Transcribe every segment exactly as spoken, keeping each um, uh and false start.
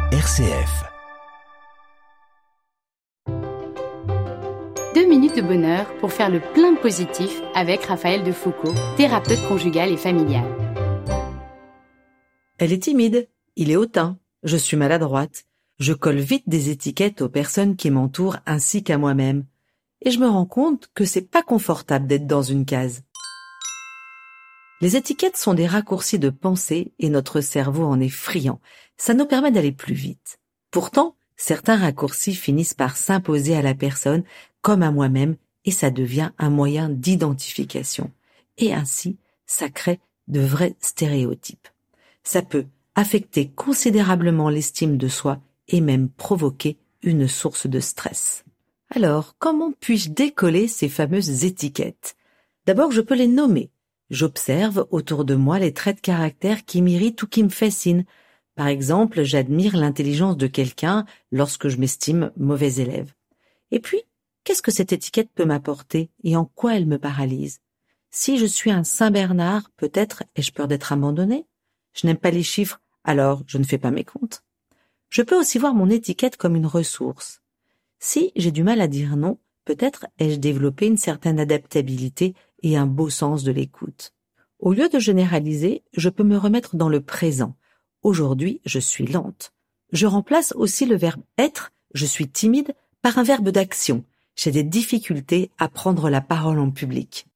R C F. Deux minutes de bonheur pour faire le plein positif avec Raphaël Defoucault, thérapeute conjugal et familial. Elle est timide, il est hautain, je suis maladroite, je colle vite des étiquettes aux personnes qui m'entourent ainsi qu'à moi-même. Et je me rends compte que c'est pas confortable d'être dans une case. Les étiquettes sont des raccourcis de pensée et notre cerveau en est friand. Ça nous permet d'aller plus vite. Pourtant, certains raccourcis finissent par s'imposer à la personne comme à moi-même et ça devient un moyen d'identification. Et ainsi, ça crée de vrais stéréotypes. Ça peut affecter considérablement l'estime de soi et même provoquer une source de stress. Alors, comment puis-je décoller ces fameuses étiquettes ? D'abord, je peux les nommer. J'observe autour de moi les traits de caractère qui m'irritent ou qui me fascinent. Par exemple, j'admire l'intelligence de quelqu'un lorsque je m'estime mauvais élève. Et puis, qu'est-ce que cette étiquette peut m'apporter et en quoi elle me paralyse ? Si je suis un Saint-Bernard, peut-être ai-je peur d'être abandonné ? Je n'aime pas les chiffres, alors je ne fais pas mes comptes. Je peux aussi voir mon étiquette comme une ressource. Si j'ai du mal à dire non, peut-être ai-je développé une certaine adaptabilité et un beau sens de l'écoute. Au lieu de généraliser, je peux me remettre dans le présent. Aujourd'hui, je suis lente. Je remplace aussi le verbe être, je suis timide, par un verbe d'action. J'ai des difficultés à prendre la parole en public.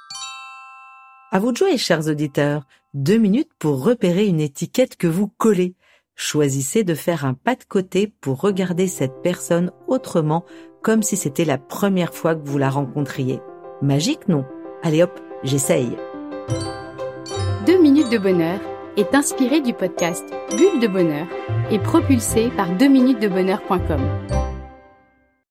À vous de jouer, chers auditeurs. Deux minutes pour repérer une étiquette que vous collez. Choisissez de faire un pas de côté pour regarder cette personne autrement, comme si c'était la première fois que vous la rencontriez. Magique, non ? Allez hop, j'essaye. Deux minutes de bonheur est inspiré du podcast Bulle de bonheur et propulsé par deux minutes de bonheur point com.